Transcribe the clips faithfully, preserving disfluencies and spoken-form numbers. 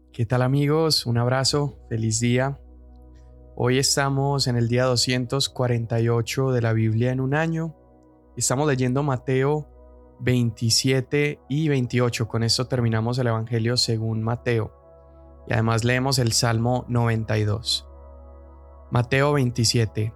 ¿Qué tal amigos? Un abrazo, feliz día. Hoy estamos en el día doscientos cuarenta y ocho de la Biblia en un año. Estamos leyendo Mateo veintisiete y veintiocho. Con esto terminamos el Evangelio según Mateo. Y además leemos el Salmo noventa y dos. Mateo veintisiete.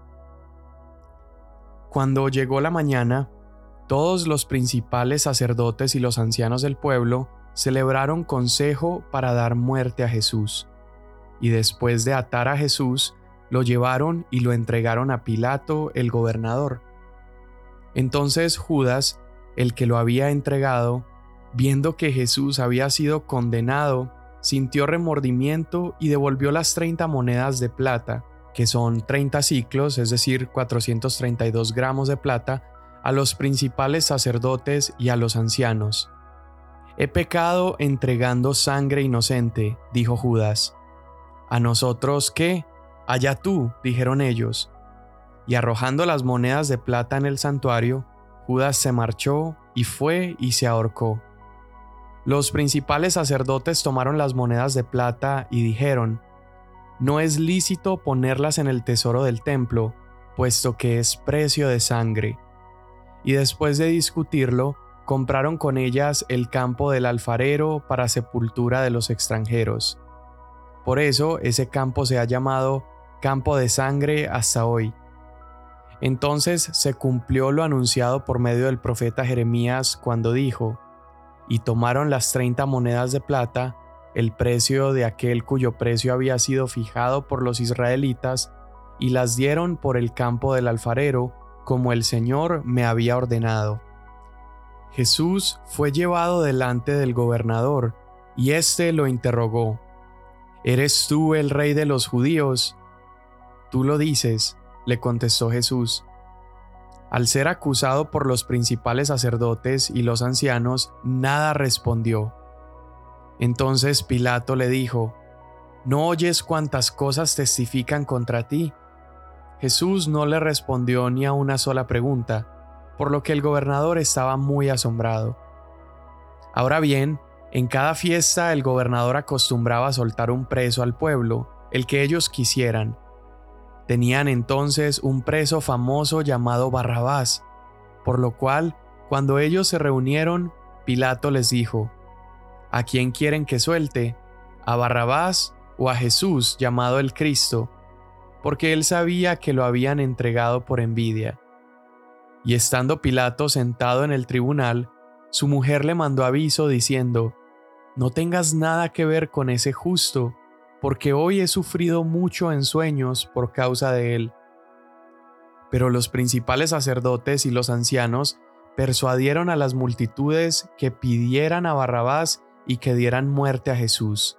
Cuando llegó la mañana, todos los principales sacerdotes y los ancianos del pueblo celebraron consejo para dar muerte a Jesús. Y después de atar a Jesús, lo llevaron y lo entregaron a Pilato, el gobernador. Entonces Judas, el que lo había entregado, viendo que Jesús había sido condenado, sintió remordimiento y devolvió las treinta monedas de plata, que son treinta siclos, es decir, cuatrocientos treinta y dos gramos de plata, a los principales sacerdotes y a los ancianos. «He pecado entregando sangre inocente», dijo Judas. «¿A nosotros qué? Allá tú», dijeron ellos. Y arrojando las monedas de plata en el santuario, Judas se marchó y fue y se ahorcó. Los principales sacerdotes tomaron las monedas de plata y dijeron: «No es lícito ponerlas en el tesoro del templo, puesto que es precio de sangre». Y después de discutirlo, compraron con ellas el campo del alfarero para sepultura de los extranjeros. Por eso ese campo se ha llamado Campo de Sangre hasta hoy. Entonces se cumplió lo anunciado por medio del profeta Jeremías cuando dijo: «Y tomaron las treinta monedas de plata, el precio de aquel cuyo precio había sido fijado por los israelitas, y las dieron por el campo del alfarero, como el Señor me había ordenado». Jesús fue llevado delante del gobernador, y éste lo interrogó: «¿Eres tú el rey de los judíos?». «Tú lo dices», le contestó Jesús. Al ser acusado por los principales sacerdotes y los ancianos, nada respondió. Entonces Pilato le dijo: «¿No oyes cuántas cosas testifican contra ti?». Jesús no le respondió ni a una sola pregunta, por lo que el gobernador estaba muy asombrado. Ahora bien, en cada fiesta el gobernador acostumbraba a soltar un preso al pueblo, el que ellos quisieran. Tenían entonces un preso famoso llamado Barrabás, por lo cual, cuando ellos se reunieron, Pilato les dijo: «¿A quién quieren que suelte? ¿A Barrabás o a Jesús llamado el Cristo?», porque él sabía que lo habían entregado por envidia. Y estando Pilato sentado en el tribunal, su mujer le mandó aviso diciendo: «No tengas nada que ver con ese justo, porque hoy he sufrido mucho en sueños por causa de él». Pero los principales sacerdotes y los ancianos persuadieron a las multitudes que pidieran a Barrabás y que dieran muerte a Jesús.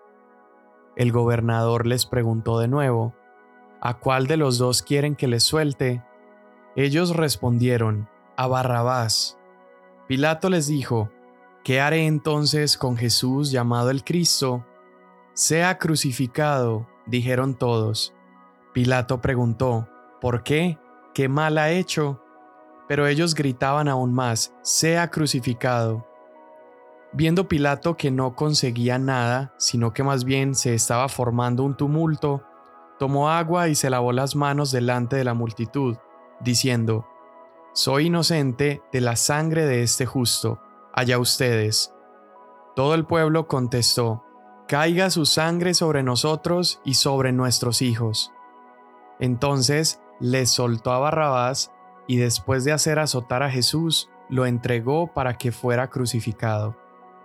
El gobernador les preguntó de nuevo: «¿A cuál de los dos quieren que les suelte?». Ellos respondieron: «A Barrabás». Pilato les dijo: «¿Qué haré entonces con Jesús llamado el Cristo?». «Sea crucificado», dijeron todos. Pilato preguntó: «¿Por qué? ¿Qué mal ha hecho?». Pero ellos gritaban aún más: «Sea crucificado». Viendo Pilato que no conseguía nada, sino que más bien se estaba formando un tumulto, tomó agua y se lavó las manos delante de la multitud, diciendo: «Soy inocente de la sangre de este justo, allá ustedes». Todo el pueblo contestó: «Caiga su sangre sobre nosotros y sobre nuestros hijos». Entonces les soltó a Barrabás y después de hacer azotar a Jesús, lo entregó para que fuera crucificado.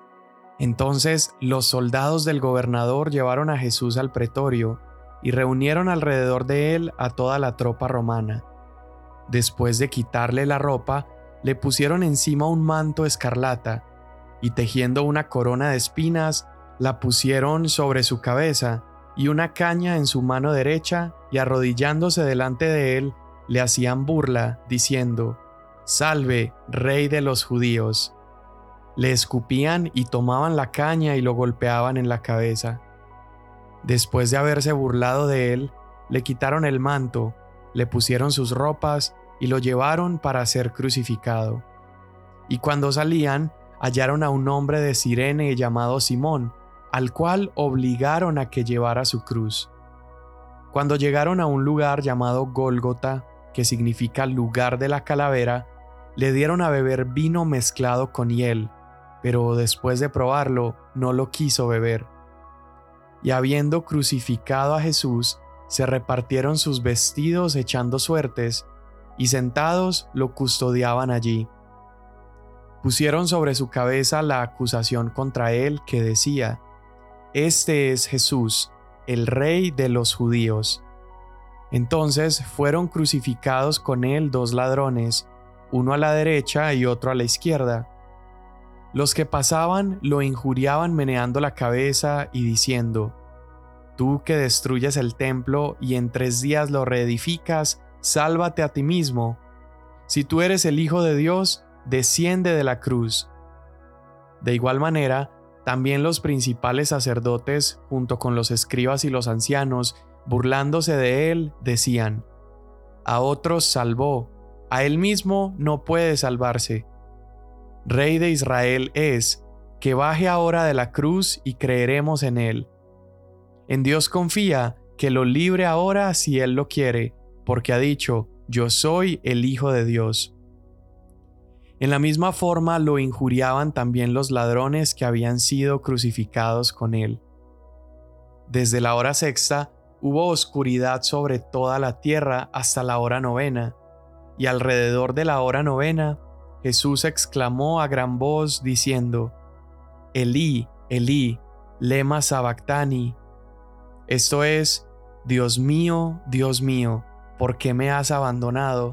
Entonces los soldados del gobernador llevaron a Jesús al pretorio y reunieron alrededor de él a toda la tropa romana. Después de quitarle la ropa, le pusieron encima un manto escarlata, y tejiendo una corona de espinas, la pusieron sobre su cabeza, y una caña en su mano derecha, y arrodillándose delante de él, le hacían burla, diciendo: «Salve, Rey de los judíos». Le escupían y tomaban la caña y lo golpeaban en la cabeza. Después de haberse burlado de él, le quitaron el manto, le pusieron sus ropas y lo llevaron para ser crucificado. Y cuando salían, hallaron a un hombre de Cirene llamado Simón, al cual obligaron a que llevara su cruz. Cuando llegaron a un lugar llamado Gólgota, que significa lugar de la calavera, le dieron a beber vino mezclado con hiel, pero después de probarlo, no lo quiso beber. Y habiendo crucificado a Jesús, se repartieron sus vestidos echando suertes, y sentados lo custodiaban allí. Pusieron sobre su cabeza la acusación contra él que decía: Este es Jesús, el Rey de los judíos. Entonces fueron crucificados con él dos ladrones, uno a la derecha y otro a la izquierda. Los que pasaban lo injuriaban meneando la cabeza y diciendo: Tú que destruyes el templo y en tres días lo reedificas, sálvate a ti mismo. Si tú eres el Hijo de Dios, desciende de la cruz. De igual manera, también los principales sacerdotes, junto con los escribas y los ancianos, burlándose de él, decían: A otros salvó, a él mismo no puede salvarse. Rey de Israel es, que baje ahora de la cruz y creeremos en él. En Dios confía, que lo libre ahora si él lo quiere, porque ha dicho: Yo soy el Hijo de Dios. En la misma forma lo injuriaban también los ladrones que habían sido crucificados con él. Desde la hora sexta hubo oscuridad sobre toda la tierra hasta la hora novena, y alrededor de la hora novena, Jesús exclamó a gran voz diciendo: Elí, Elí, lema sabactani. Esto es: Dios mío, Dios mío, ¿por qué me has abandonado?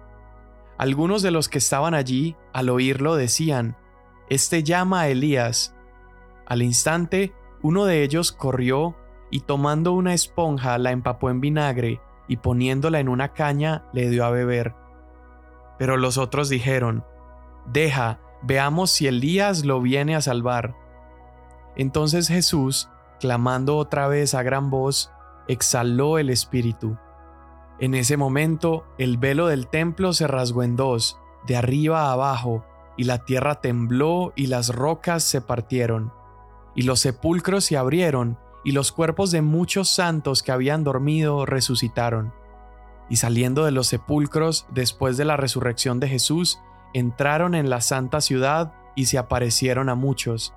Algunos de los que estaban allí, al oírlo, decían: Este llama a Elías. Al instante, uno de ellos corrió y tomando una esponja la empapó en vinagre y poniéndola en una caña le dio a beber. Pero los otros dijeron: Deja, veamos si Elías lo viene a salvar. Entonces Jesús, clamando otra vez a gran voz, exhaló el espíritu. En ese momento, el velo del templo se rasgó en dos, de arriba a abajo, y la tierra tembló y las rocas se partieron. Y los sepulcros se abrieron, y los cuerpos de muchos santos que habían dormido resucitaron. Y saliendo de los sepulcros, después de la resurrección de Jesús, entraron en la santa ciudad y se aparecieron a muchos.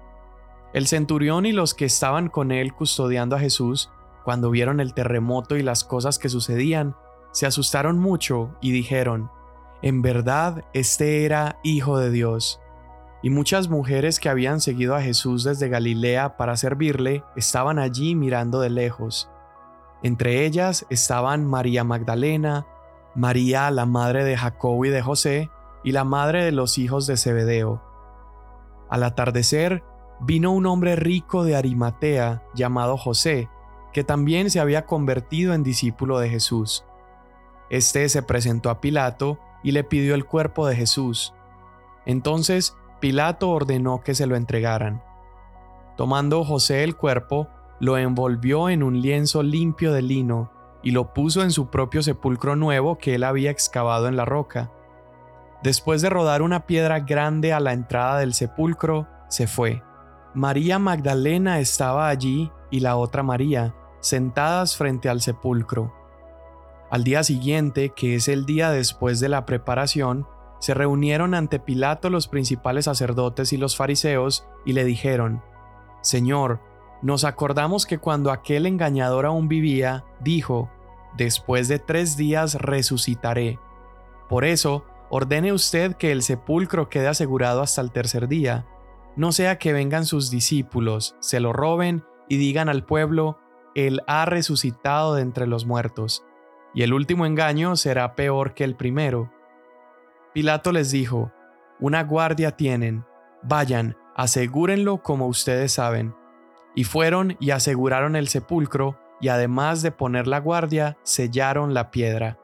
El centurión y los que estaban con él custodiando a Jesús, cuando vieron el terremoto y las cosas que sucedían, se asustaron mucho y dijeron: En verdad, este era Hijo de Dios. Y muchas mujeres que habían seguido a Jesús desde Galilea para servirle, estaban allí mirando de lejos. Entre ellas estaban María Magdalena, María la madre de Jacobo y de José, y la madre de los hijos de Zebedeo. Al atardecer, vino un hombre rico de Arimatea llamado José, que también se había convertido en discípulo de Jesús. Este se presentó a Pilato y le pidió el cuerpo de Jesús. Entonces Pilato ordenó que se lo entregaran. Tomando José el cuerpo, lo envolvió en un lienzo limpio de lino y lo puso en su propio sepulcro nuevo que él había excavado en la roca. Después de rodar una piedra grande a la entrada del sepulcro, se fue. María Magdalena estaba allí y la otra María, sentadas frente al sepulcro. Al día siguiente, que es el día después de la preparación, se reunieron ante Pilato los principales sacerdotes y los fariseos y le dijeron: Señor, nos acordamos que cuando aquel engañador aún vivía, dijo: Después de tres días resucitaré. Por eso, ordene usted que el sepulcro quede asegurado hasta el tercer día. No sea que vengan sus discípulos, se lo roben y digan al pueblo: Él ha resucitado de entre los muertos. Y el último engaño será peor que el primero. Pilato les dijo: Una guardia tienen. Vayan, asegúrenlo como ustedes saben. Y fueron y aseguraron el sepulcro, y además de poner la guardia, sellaron la piedra.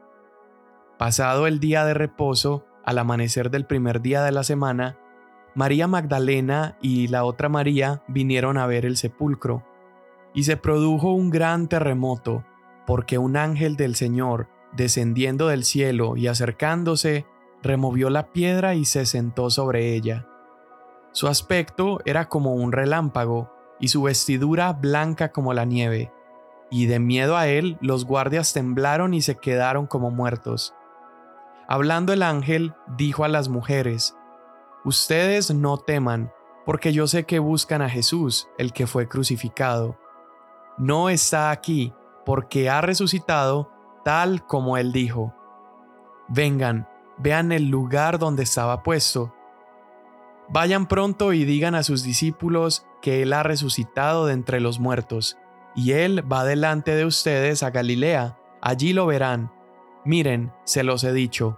Pasado el día de reposo, al amanecer del primer día de la semana, María Magdalena y la otra María vinieron a ver el sepulcro. Y se produjo un gran terremoto, porque un ángel del Señor, descendiendo del cielo y acercándose, removió la piedra y se sentó sobre ella. Su aspecto era como un relámpago, y su vestidura blanca como la nieve. Y de miedo a él, los guardias temblaron y se quedaron como muertos. Hablando el ángel, dijo a las mujeres: Ustedes no teman, porque yo sé que buscan a Jesús, el que fue crucificado. No está aquí, porque ha resucitado, tal como él dijo. Vengan, vean el lugar donde estaba puesto. Vayan pronto y digan a sus discípulos que él ha resucitado de entre los muertos, y él va delante de ustedes a Galilea, allí lo verán. Miren, se los he dicho.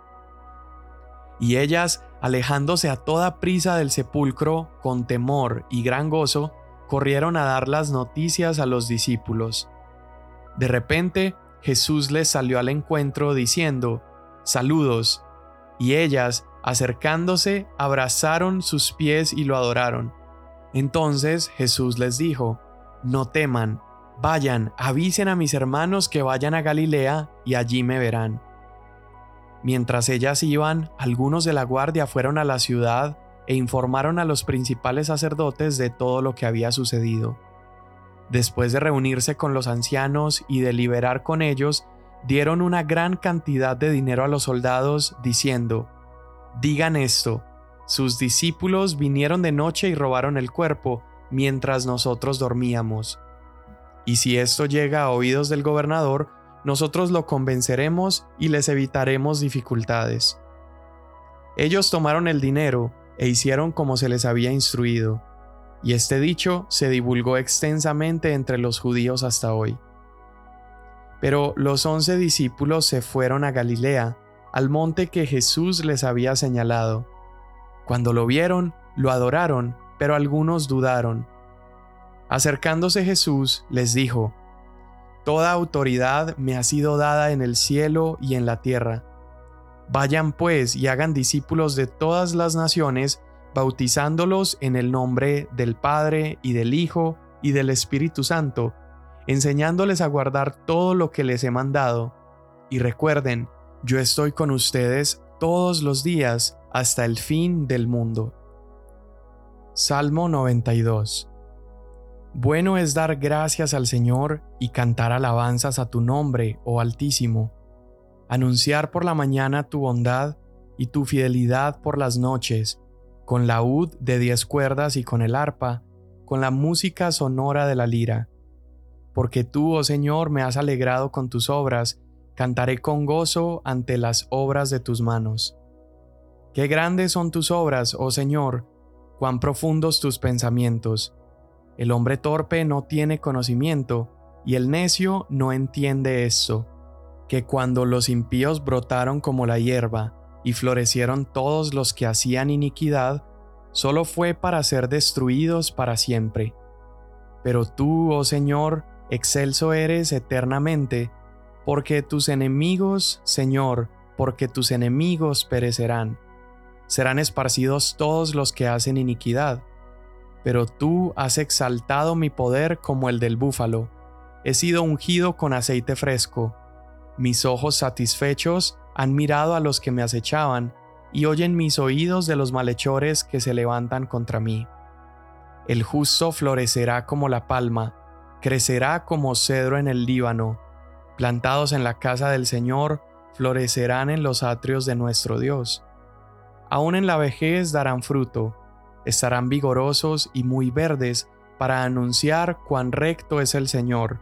Y ellas, alejándose a toda prisa del sepulcro, con temor y gran gozo, corrieron a dar las noticias a los discípulos. De repente, Jesús les salió al encuentro diciendo: Saludos. Y ellas, acercándose, abrazaron sus pies y lo adoraron. Entonces Jesús les dijo: No teman, vayan, avisen a mis hermanos que vayan a Galilea y allí me verán. Mientras ellas iban, algunos de la guardia fueron a la ciudad e informaron a los principales sacerdotes de todo lo que había sucedido. Después de reunirse con los ancianos y deliberar con ellos, dieron una gran cantidad de dinero a los soldados, diciendo: Digan esto, sus discípulos vinieron de noche y robaron el cuerpo, mientras nosotros dormíamos. Y si esto llega a oídos del gobernador, nosotros lo convenceremos y les evitaremos dificultades. Ellos tomaron el dinero e hicieron como se les había instruido, y este dicho se divulgó extensamente entre los judíos hasta hoy. Pero los once discípulos se fueron a Galilea, al monte que Jesús les había señalado. Cuando lo vieron, lo adoraron, pero algunos dudaron. Acercándose Jesús, les dijo: Toda autoridad me ha sido dada en el cielo y en la tierra. Vayan pues y hagan discípulos de todas las naciones, bautizándolos en el nombre del Padre y del Hijo y del Espíritu Santo, enseñándoles a guardar todo lo que les he mandado. Y recuerden, yo estoy con ustedes todos los días hasta el fin del mundo. Salmo noventa y dos. Bueno es dar gracias al Señor y cantar alabanzas a tu nombre, oh Altísimo. Anunciar por la mañana tu bondad y tu fidelidad por las noches, con laúd de diez cuerdas y con el arpa, con la música sonora de la lira. Porque tú, oh Señor, me has alegrado con tus obras, cantaré con gozo ante las obras de tus manos. Qué grandes son tus obras, oh Señor, cuán profundos tus pensamientos. El hombre torpe no tiene conocimiento, y el necio no entiende esto, que cuando los impíos brotaron como la hierba, y florecieron todos los que hacían iniquidad, solo fue para ser destruidos para siempre. Pero tú, oh Señor, excelso eres eternamente, porque tus enemigos, Señor, porque tus enemigos perecerán. Serán esparcidos todos los que hacen iniquidad. Pero tú has exaltado mi poder como el del búfalo. He sido ungido con aceite fresco. Mis ojos satisfechos han mirado a los que me acechaban, y oyen mis oídos de los malhechores que se levantan contra mí. El justo florecerá como la palma, crecerá como cedro en el Líbano. Plantados en la casa del Señor, florecerán en los atrios de nuestro Dios. Aún en la vejez darán fruto, estarán vigorosos y muy verdes para anunciar cuán recto es el Señor.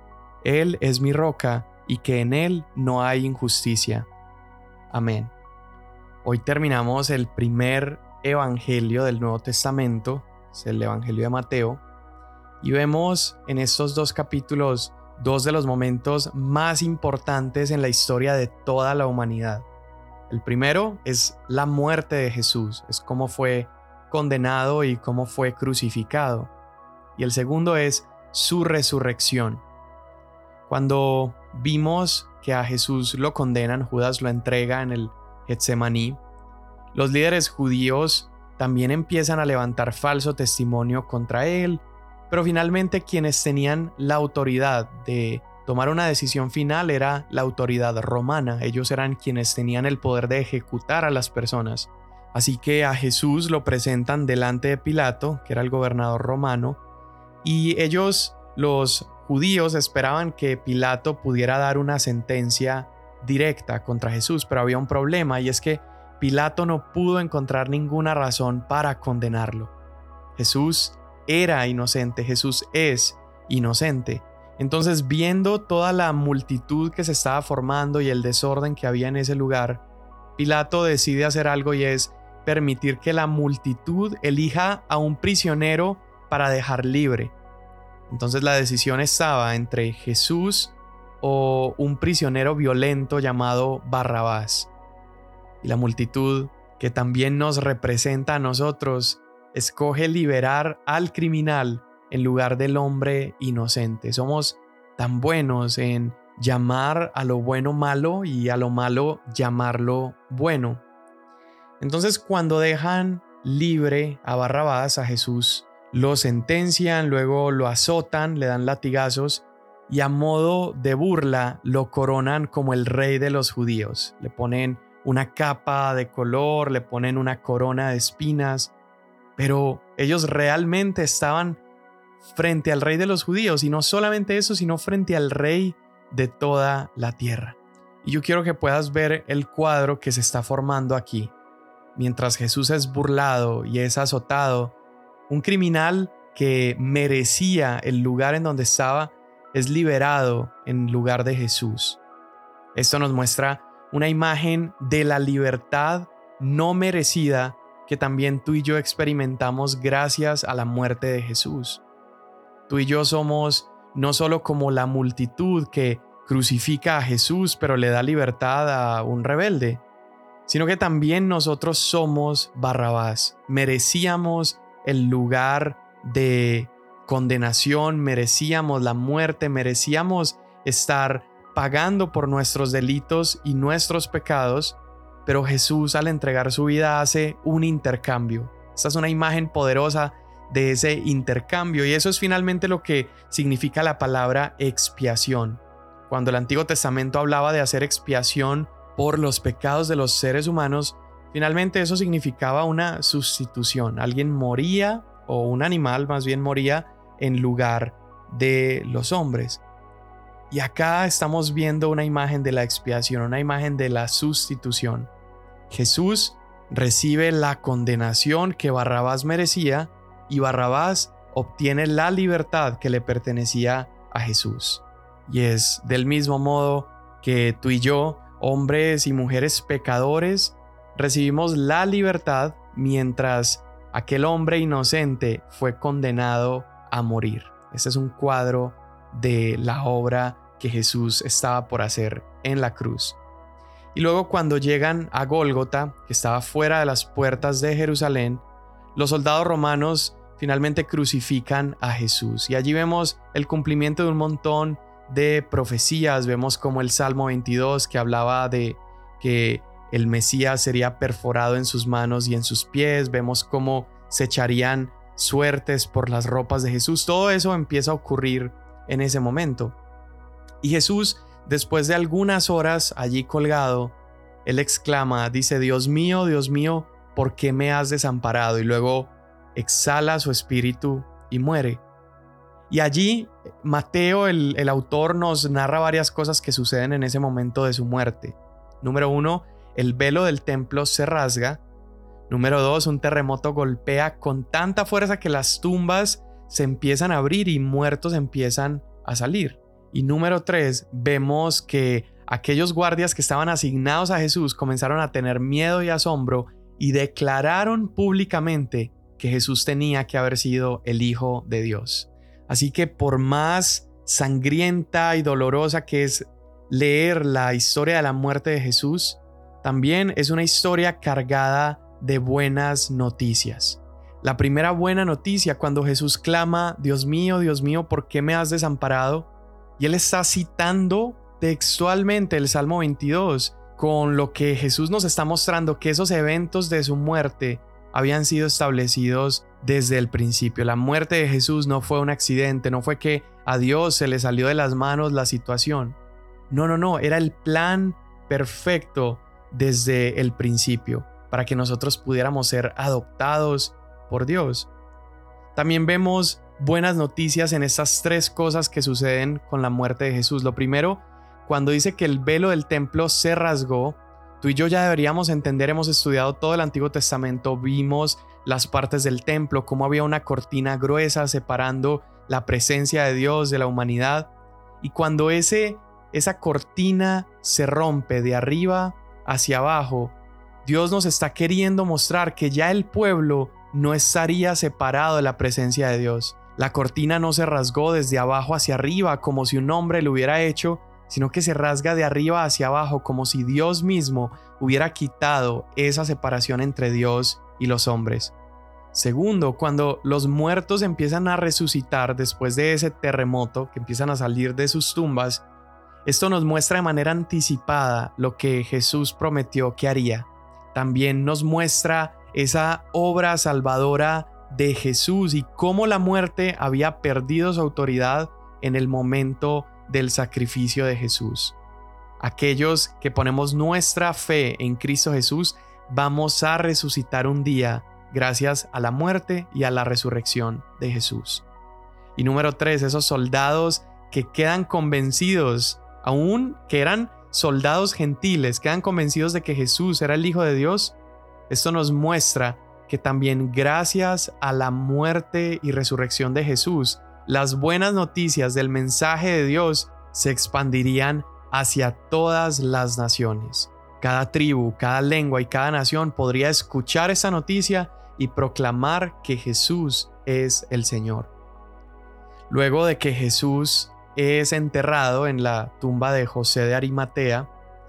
Él es mi roca y que en Él no hay injusticia. Amén. Hoy terminamos el primer evangelio del Nuevo Testamento, es el Evangelio de Mateo, y vemos en estos dos capítulos dos de los momentos más importantes en la historia de toda la humanidad. El primero es la muerte de Jesús, es cómo fue condenado y cómo fue crucificado. Y el segundo es su resurrección. Cuando vimos que a Jesús lo condenan, Judas lo entrega en el Getsemaní, los líderes judíos también empiezan a levantar falso testimonio contra él, pero finalmente quienes tenían la autoridad de tomar una decisión final era la autoridad romana. Ellos eran quienes tenían el poder de ejecutar a las personas. Así que a Jesús lo presentan delante de Pilato, que era el gobernador romano, Y ellos, los judíos, esperaban que Pilato pudiera dar una sentencia directa contra Jesús, pero había un problema, y es que Pilato no pudo encontrar ninguna razón para condenarlo. Jesús era inocente, Jesús es inocente. Entonces, viendo toda la multitud que se estaba formando y el desorden que había en ese lugar, Pilato decide hacer algo, y es permitir que la multitud elija a un prisionero para dejar libre. Entonces la decisión estaba entre Jesús o un prisionero violento llamado Barrabás. Y la multitud, que también nos representa a nosotros, escoge liberar al criminal en lugar del hombre inocente. Somos tan buenos en llamar a lo bueno malo y a lo malo llamarlo bueno. Entonces, cuando dejan libre a Barrabás, a Jesús, lo sentencian, luego lo azotan, le dan latigazos y a modo de burla lo coronan como el rey de los judíos. Le ponen una capa de color, le ponen una corona de espinas, pero ellos realmente estaban frente al rey de los judíos, y no solamente eso, sino frente al rey de toda la tierra. Y yo quiero que puedas ver el cuadro que se está formando aquí. Mientras Jesús es burlado y es azotado, un criminal que merecía el lugar en donde estaba es liberado en lugar de Jesús. Esto nos muestra una imagen de la libertad no merecida que también tú y yo experimentamos gracias a la muerte de Jesús. Tú y yo somos no solo como la multitud que crucifica a Jesús pero le da libertad a un rebelde, sino que también nosotros somos Barrabás. Merecíamos el lugar de condenación, merecíamos la muerte, merecíamos estar pagando por nuestros delitos y nuestros pecados, pero Jesús, al entregar su vida, hace un intercambio. Esta es una imagen poderosa de ese intercambio, y eso es finalmente lo que significa la palabra expiación. Cuando el Antiguo Testamento hablaba de hacer expiación por los pecados de los seres humanos, finalmente eso significaba una sustitución. Alguien moría, o un animal más bien moría, en lugar de los hombres. Y acá estamos viendo una imagen de la expiación, una imagen de la sustitución. Jesús recibe la condenación que Barrabás merecía, y Barrabás obtiene la libertad que le pertenecía a Jesús. Y es del mismo modo que tú y yo, hombres y mujeres pecadores, recibimos la libertad mientras aquel hombre inocente fue condenado a morir. Este es un cuadro de la obra que Jesús estaba por hacer en la cruz. Y luego, cuando llegan a Gólgota, que estaba fuera de las puertas de Jerusalén, los soldados romanos finalmente crucifican a Jesús. Y allí vemos el cumplimiento de un montón de profecías. Vemos como el Salmo veintidós, que hablaba de que el Mesías sería perforado en sus manos y en sus pies. Vemos cómo se echarían suertes por las ropas de Jesús. Todo eso empieza a ocurrir en ese momento. Y Jesús, después de algunas horas allí colgado, él exclama, dice: Dios mío, Dios mío, ¿por qué me has desamparado? Y luego exhala su espíritu y muere. Y allí Mateo, el, el autor, nos narra varias cosas que suceden en ese momento de su muerte. Número uno, el velo del templo se rasga. Número dos, un terremoto golpea con tanta fuerza que las tumbas se empiezan a abrir y muertos empiezan a salir. Y número tres, vemos que aquellos guardias que estaban asignados a Jesús comenzaron a tener miedo y asombro y declararon públicamente que Jesús tenía que haber sido el Hijo de Dios. Así que, por más sangrienta y dolorosa que es leer la historia de la muerte de Jesús, también es una historia cargada de buenas noticias. La primera buena noticia, cuando Jesús clama: Dios mío, Dios mío, ¿por qué me has desamparado? Y él está citando textualmente el Salmo veintidós, con lo que Jesús nos está mostrando que esos eventos de su muerte habían sido establecidos desde el principio. La muerte de Jesús no fue un accidente, no fue que a Dios se le salió de las manos la situación. No, no, no, era el plan perfecto desde el principio para que nosotros pudiéramos ser adoptados por Dios. También vemos buenas noticias en estas tres cosas que suceden con la muerte de Jesús. Lo primero, cuando dice que el velo del templo se rasgó, tú y yo ya deberíamos entender, hemos estudiado todo el Antiguo Testamento, vimos las partes del templo, cómo había una cortina gruesa separando la presencia de Dios de la humanidad. Y cuando ese, esa cortina se rompe de arriba hacia abajo, Dios nos está queriendo mostrar que ya el pueblo no estaría separado de la presencia de Dios. La cortina no se rasgó desde abajo hacia arriba como si un hombre lo hubiera hecho, sino que se rasga de arriba hacia abajo como si Dios mismo hubiera quitado esa separación entre Dios y los hombres. Segundo, cuando los muertos empiezan a resucitar después de ese terremoto, que empiezan a salir de sus tumbas, esto nos muestra de manera anticipada lo que Jesús prometió que haría. También nos muestra esa obra salvadora de Jesús y cómo la muerte había perdido su autoridad en el momento del sacrificio de Jesús. Aquellos que ponemos nuestra fe en Cristo Jesús vamos a resucitar un día gracias a la muerte y a la resurrección de Jesús. Y número tres, esos soldados que quedan convencidos, aún que eran soldados gentiles, quedan convencidos de que Jesús era el Hijo de Dios. Esto nos muestra que también gracias a la muerte y resurrección de Jesús, las buenas noticias del mensaje de Dios se expandirían hacia todas las naciones. Cada tribu, cada lengua y cada nación podría escuchar esta noticia y proclamar que Jesús es el Señor. Luego de que Jesús es enterrado en la tumba de José de Arimatea,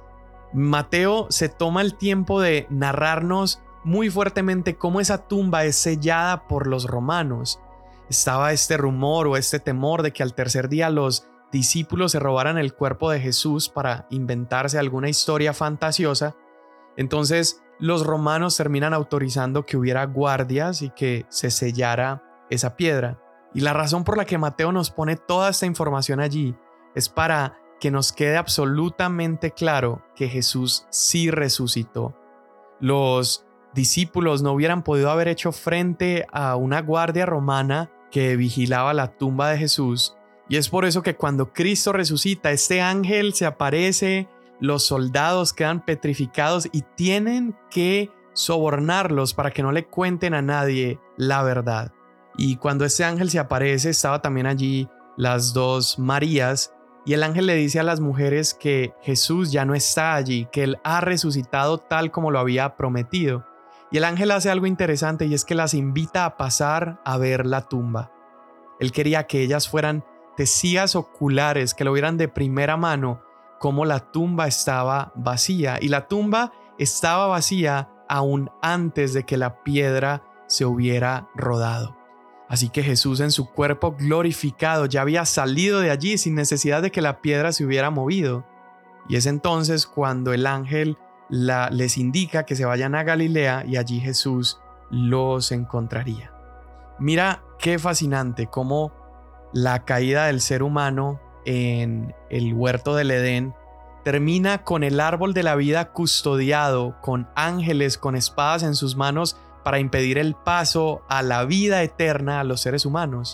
Mateo se toma el tiempo de narrarnos muy fuertemente cómo esa tumba es sellada por los romanos. Estaba este rumor o este temor de que al tercer día los discípulos se robaran el cuerpo de Jesús para inventarse alguna historia fantasiosa. Entonces los romanos terminan autorizando que hubiera guardias y que se sellara esa piedra. Y la razón por la que Mateo nos pone toda esta información allí es para que nos quede absolutamente claro que Jesús sí resucitó. Los discípulos no hubieran podido haber hecho frente a una guardia romana que vigilaba la tumba de Jesús, y es por eso que cuando Cristo resucita, este ángel se aparece, los soldados quedan petrificados y tienen que sobornarlos para que no le cuenten a nadie la verdad. Y cuando este ángel se aparece, estaba también allí las dos Marías, y el ángel le dice a las mujeres que Jesús ya no está allí, que él ha resucitado tal como lo había prometido. Y el ángel hace algo interesante, y es que las invita a pasar a ver la tumba. Él quería que ellas fueran testigos oculares, que lo vieran de primera mano cómo la tumba estaba vacía. Y la tumba estaba vacía aún antes de que la piedra se hubiera rodado. Así que Jesús en su cuerpo glorificado ya había salido de allí sin necesidad de que la piedra se hubiera movido. Y es entonces cuando el ángel la, les indica que se vayan a Galilea y allí Jesús los encontraría. Mira qué fascinante cómo la caída del ser humano en el huerto del Edén termina con el árbol de la vida custodiado, con ángeles con espadas en sus manos para impedir el paso a la vida eterna a los seres humanos.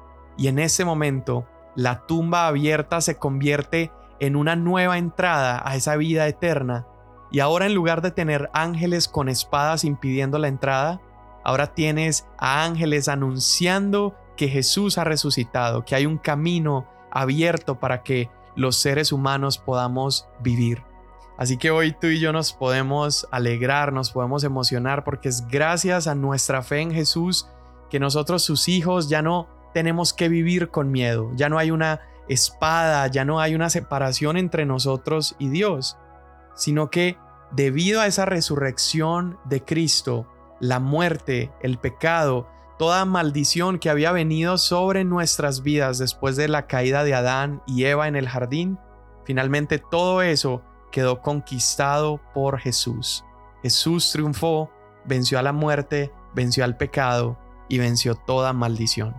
Y en ese momento, la tumba abierta se convierte en una nueva entrada a esa vida eterna. Y ahora, en lugar de tener ángeles con espadas impidiendo la entrada, ahora tienes a ángeles anunciando que Jesús ha resucitado, que hay un camino abierto para que los seres humanos podamos vivir. Así que hoy tú y yo nos podemos alegrar, nos podemos emocionar, porque es gracias a nuestra fe en Jesús que nosotros, sus hijos, ya no tenemos que vivir con miedo. Ya no hay una espada, ya no hay una separación entre nosotros y Dios, sino que debido a esa resurrección de Cristo, la muerte, el pecado, toda maldición que había venido sobre nuestras vidas después de la caída de Adán y Eva en el jardín, finalmente todo eso quedó conquistado por Jesús. Jesús triunfó, venció a la muerte, venció al pecado y venció toda maldición.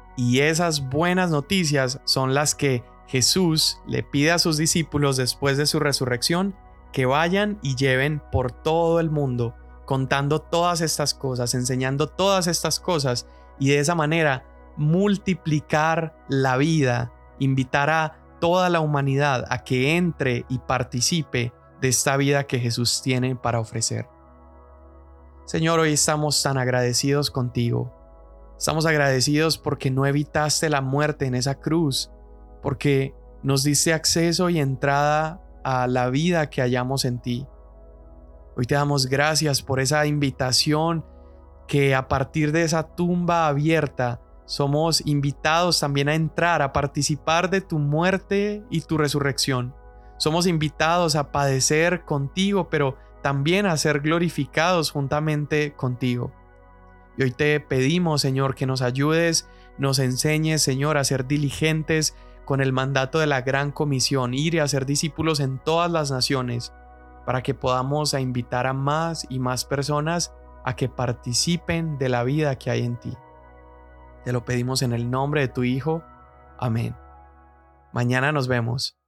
Y esas buenas noticias son las que Jesús le pide a sus discípulos después de su resurrección que vayan y lleven por todo el mundo, contando todas estas cosas, enseñando todas estas cosas, y de esa manera multiplicar la vida, invitar a toda la humanidad a que entre y participe de esta vida que Jesús tiene para ofrecer. Señor, hoy estamos tan agradecidos contigo. Estamos agradecidos porque no evitaste la muerte en esa cruz, porque nos diste acceso y entrada a la vida que hallamos en ti. Hoy te damos gracias por esa invitación que a partir de esa tumba abierta somos invitados también a entrar, a participar de tu muerte y tu resurrección. Somos invitados a padecer contigo, pero también a ser glorificados juntamente contigo. Y hoy te pedimos, Señor, que nos ayudes, nos enseñes, Señor, a ser diligentes con el mandato de la gran comisión, ir y hacer discípulos en todas las naciones, para que podamos a invitar a más y más personas a que participen de la vida que hay en ti. Te lo pedimos en el nombre de tu Hijo. Amén. Mañana nos vemos.